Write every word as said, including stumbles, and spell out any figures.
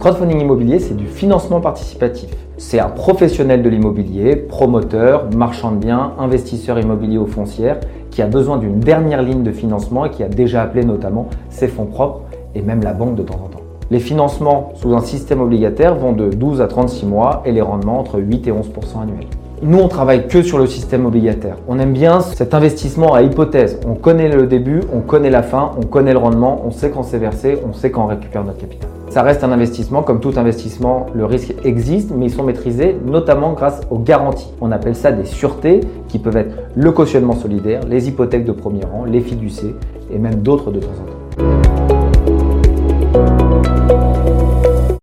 crowdfunding immobilier, c'est du financement participatif. C'est un professionnel de l'immobilier, promoteur, marchand de biens, investisseur immobilier aux foncières, qui a besoin d'une dernière ligne de financement et qui a déjà appelé notamment ses fonds propres et même la banque de temps en temps. Les financements sous un système obligataire vont de douze à trente-six mois et les rendements entre huit et onze pour cent annuels. Nous, on travaille que sur le système obligataire. On aime bien cet investissement à hypothèse. On connaît le début, on connaît la fin, on connaît le rendement, on sait quand c'est versé, on sait quand on récupère notre capital. Ça reste un investissement, comme tout investissement, le risque existe, mais ils sont maîtrisés notamment grâce aux garanties. On appelle ça des sûretés qui peuvent être le cautionnement solidaire, les hypothèques de premier rang, les fiducies et même d'autres de temps en temps.